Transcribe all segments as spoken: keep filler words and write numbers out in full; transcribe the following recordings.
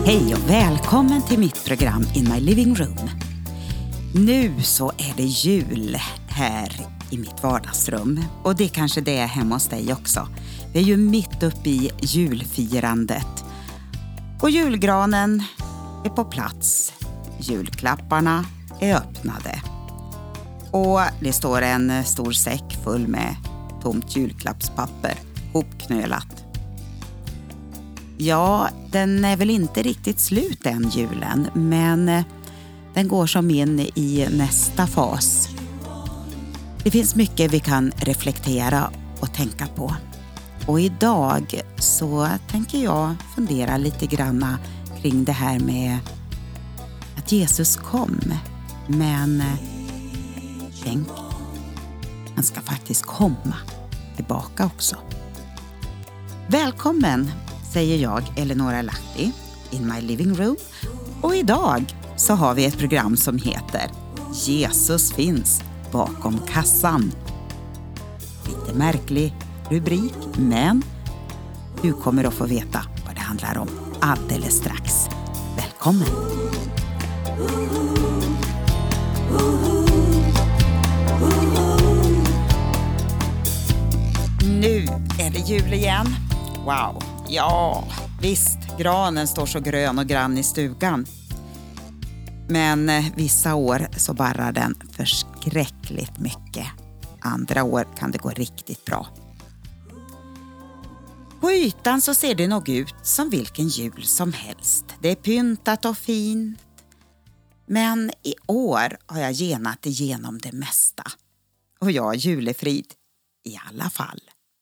Hej och välkommen till mitt program In My Living Room. Nu så är det jul här i mitt vardagsrum och det kanske det är hemma hos dig också. Vi är ju mitt uppe i julfirandet och julgranen är på plats. Julklapparna är öppnade och det står en stor säck full med tomt julklappspapper hopknölat. Ja, den är väl inte riktigt slut den julen, men den går som in i nästa fas. Det finns mycket vi kan reflektera och tänka på. Och idag så tänker jag fundera lite granna kring det här med att Jesus kom. Men tänk, han ska faktiskt komma tillbaka också. Välkommen! Säger jag, Eleonora Lahti, In My Living Room. Och idag så har vi ett program som heter Jesus finns bakom kassan. Lite märklig rubrik, men du kommer att få veta vad det handlar om alldeles strax. Välkommen! Nu är det jul igen. Wow! Ja, visst, granen står så grön och grann i stugan. Men eh, vissa år så barrar den förskräckligt mycket. Andra år kan det gå riktigt bra. På ytan så ser det nog ut som vilken jul som helst. Det är pyntat och fint. Men i år har jag genat igenom det mesta. Och jag har julefrid i alla fall.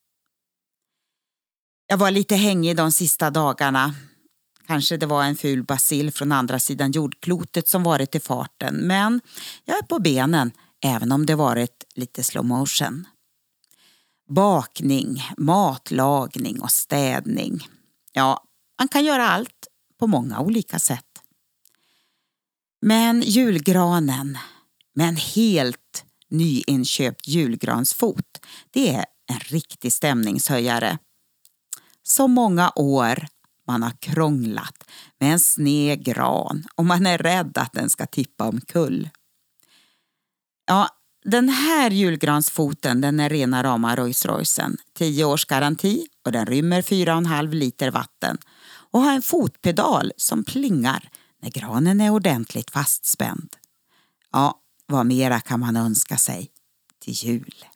Jag var lite hängig de sista dagarna. Kanske det var en ful bacill från andra sidan jordklotet som varit i farten. Men jag är på benen även om det varit lite slow motion. Bakning, matlagning och städning. Ja, man kan göra allt på många olika sätt. Men julgranen med en helt nyinköpt julgransfot, det är en riktig stämningshöjare. Så många år man har krånglat med en sned gran och man är rädd att den ska tippa omkull. Ja, den här julgransfoten den är rena rama Rolls-Roycen. tio års garanti och den rymmer fyra och en halv liter vatten. Och har en fotpedal som plingar när granen är ordentligt fastspänd. Ja, vad mera kan man önska sig till jul?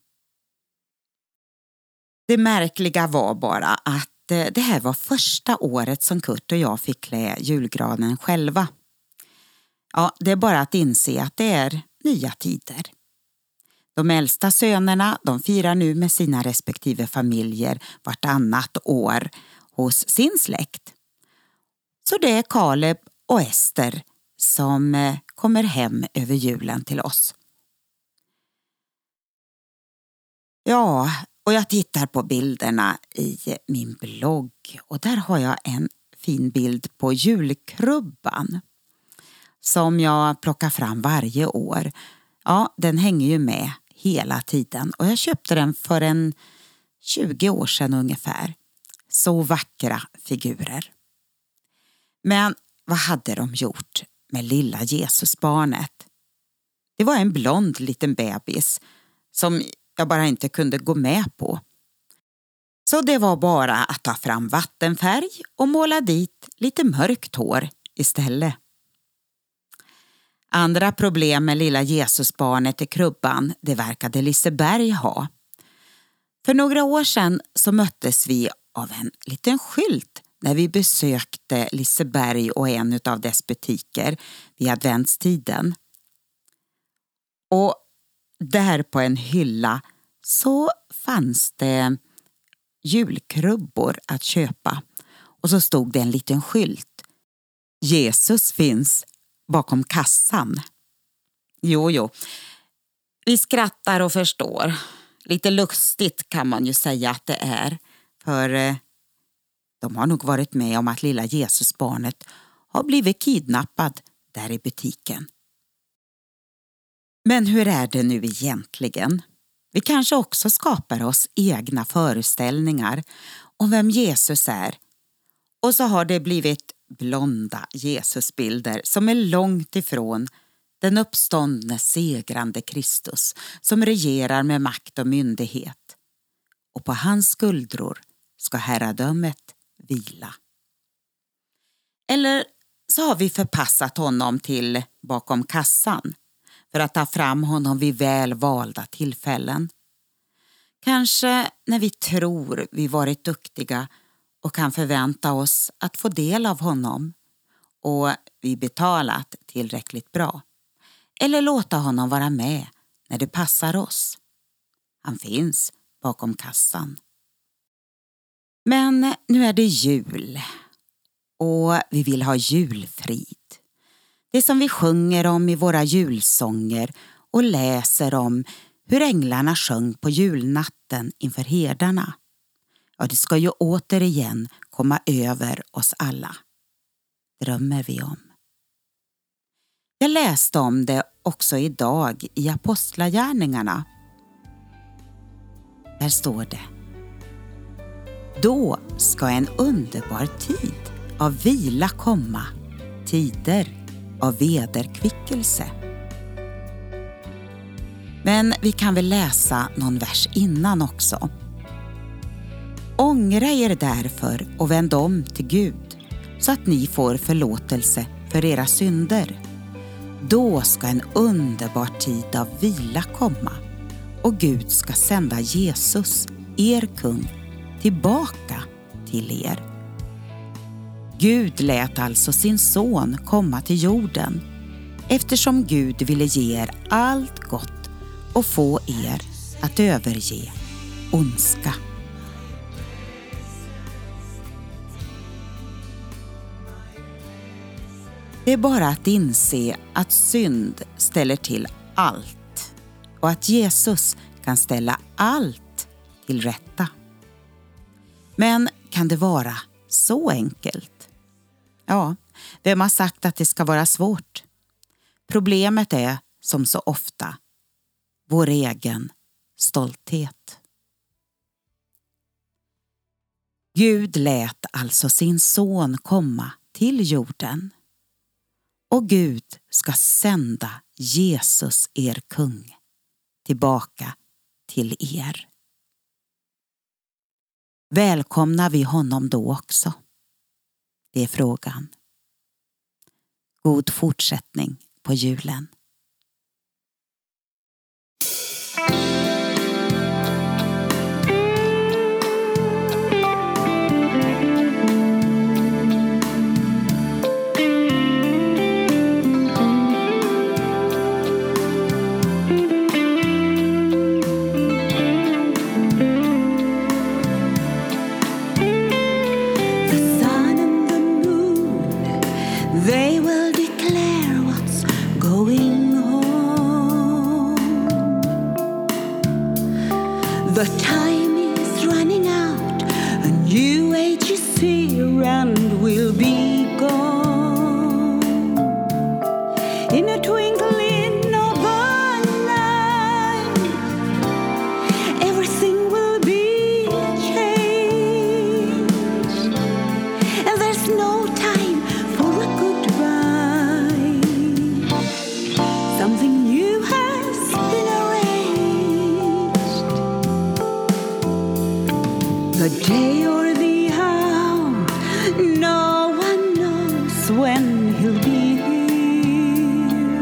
Det märkliga var bara att det här var första året som Kurt och jag fick klä julgranen själva. Ja, det är bara att inse att det är nya tider. De äldsta sönerna, de firar nu med sina respektive familjer vartannat år hos sin släkt. Så det är Caleb och Ester som kommer hem över julen till oss. Ja, och jag tittar på bilderna i min blogg och där har jag en fin bild på julkrubban som jag plockar fram varje år. Ja, den hänger ju med hela tiden och jag köpte den för en tjugo år sedan ungefär. Så vackra figurer. Men vad hade de gjort med lilla Jesusbarnet? Det var en blond liten bebis som jag bara inte kunde gå med på. Så det var bara att ta fram vattenfärg och måla dit lite mörkt hår istället. Andra problem med lilla Jesusbarnet i krubban, det verkade Liseberg ha. För några år sedan så möttes vi av en liten skylt när vi besökte Liseberg och en av dess butiker vid adventstiden. Och där på en hylla så fanns det julkrubbor att köpa. Och så stod det en liten skylt. Jesus finns bakom kassan. Jo, jo. Vi skrattar och förstår. Lite lustigt kan man ju säga att det är. För eh, de har nog varit med om att lilla Jesusbarnet har blivit kidnappad där i butiken. Men hur är det nu egentligen? Vi kanske också skapar oss egna föreställningar om vem Jesus är. Och så har det blivit blonda Jesusbilder som är långt ifrån den uppståndne segrande Kristus som regerar med makt och myndighet. Och på hans skuldror ska herradömet vila. Eller så har vi förpassat honom till bakom kassan för att ta fram honom vid väl valda tillfällen. Kanske när vi tror vi varit duktiga och kan förvänta oss att få del av honom och vi betalat tillräckligt bra. Eller låta honom vara med när det passar oss. Han finns bakom kassan. Men nu är det jul och vi vill ha julfrid. Det som vi sjunger om i våra julsånger och läser om hur änglarna sjöng på julnatten inför herdarna. Ja, det ska ju återigen komma över oss alla. Drömmer vi om. Jag läste om det också idag i Apostlagärningarna. Där står det: Då ska en underbar tid av vila komma, tider av vederkvickelse. Men vi kan väl läsa någon vers innan också. Ångra er därför och vänd om till Gud, så att ni får förlåtelse för era synder. Då ska en underbar tid av vila komma och Gud ska sända Jesus, er kung, tillbaka till er. Gud lät alltså sin son komma till jorden eftersom Gud ville ge er allt gott och få er att överge ondska. Det är bara att inse att synd ställer till allt och att Jesus kan ställa allt till rätta. Men kan det vara så enkelt? Ja, vem har sagt att det ska vara svårt? Problemet är, som så ofta, vår egen stolthet. Gud lät alltså sin son komma till jorden. Och Gud ska sända Jesus, er kung, tillbaka till er. Välkomnar vi honom då också? Det är frågan. God fortsättning på julen. They will declare what's going on. The time is running out, a new age is here and will be gone. In a twinkling of an eye, everything will be changed, and there's no time for a goodbye. Something new has been arranged. The day or the hour, no one knows when he'll be here.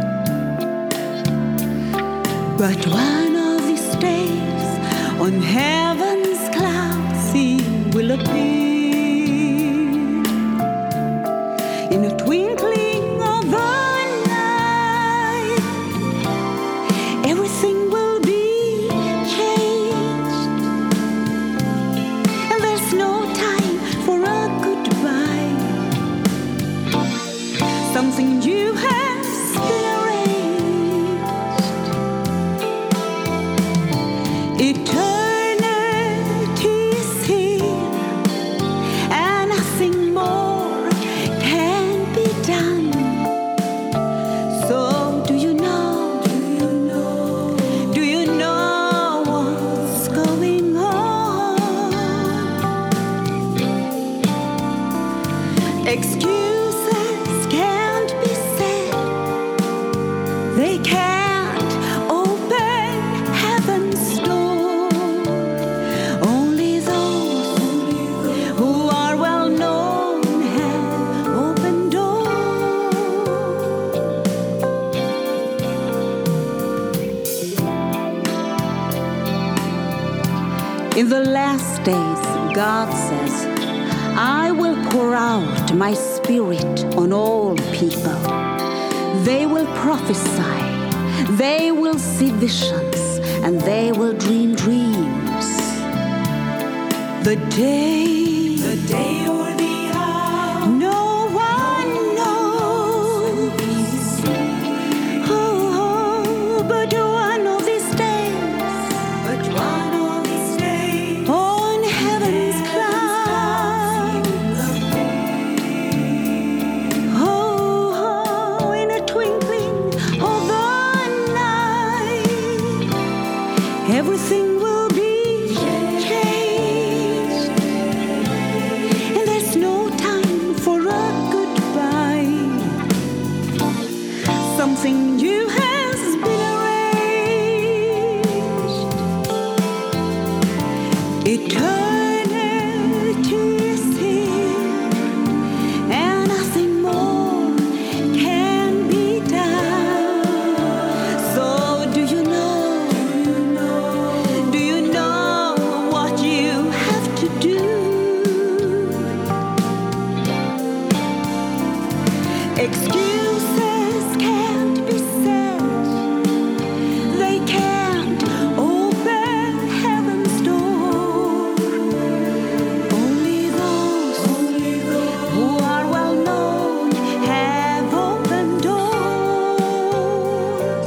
But one of these days, on heaven's clouds, he will appear. In a twinkling of an eye, everything will be changed, and there's no time for a goodbye. Something new has been arranged. Eternity is here, and nothing more can be done. So do you know, do you know, do you know what's going on? Excuses can't be said. They can't open heaven's door. Only those who are well known have open doors. In the last days, God says, I will pour out my spirit on all people. They will prophesy, they will see visions, and they will dream dreams. The day, the day or the hour, no one knows. Oh, oh, but one of these days, but one of these days, on heaven's cloud. Oh, oh, in a twinkling of an eye, everything will be changed. And there's no time for a goodbye. Something new has been arranged. Eternity is here, and nothing more can be done. So do you know, do you know what you have to do? Excuses can't be said. They can't open heaven's door. Only those who are well known have open doors.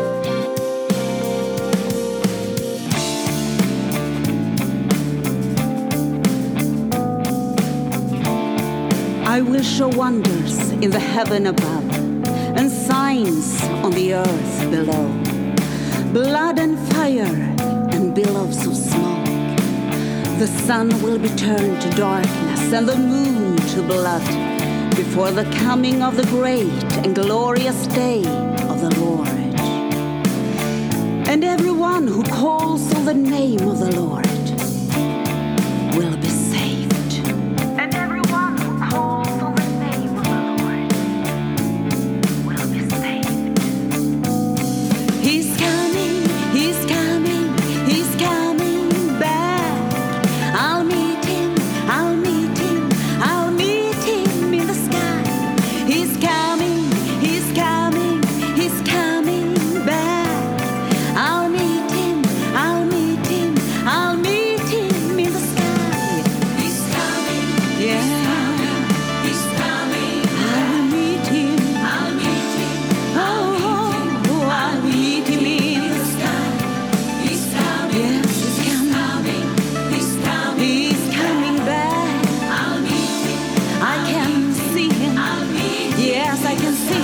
I will show wonders in the heaven above and signs on the earth below. Blood and fire and billows of smoke. The sun will be turned to darkness and the moon to blood before the coming of the great and glorious day of the Lord. And everyone who calls on the name of the Lord will be saved. And everyone who calls on the name of the Lord will be saved. He's coming, he's coming, he's coming back. I'll meet him, I'll meet him, I'll meet him in the sky. He's coming, he's coming, he's coming back. I'll meet him, I'll meet him, I'll meet him in the sky. He's coming, yeah. He's coming, I'll meet him, I'll meet him, oh, oh, I'll meet him in the sky. He's coming, yes, he's coming, he's coming, he's coming back. I'll meet him, I can see him, I'll meet him, yes, I can see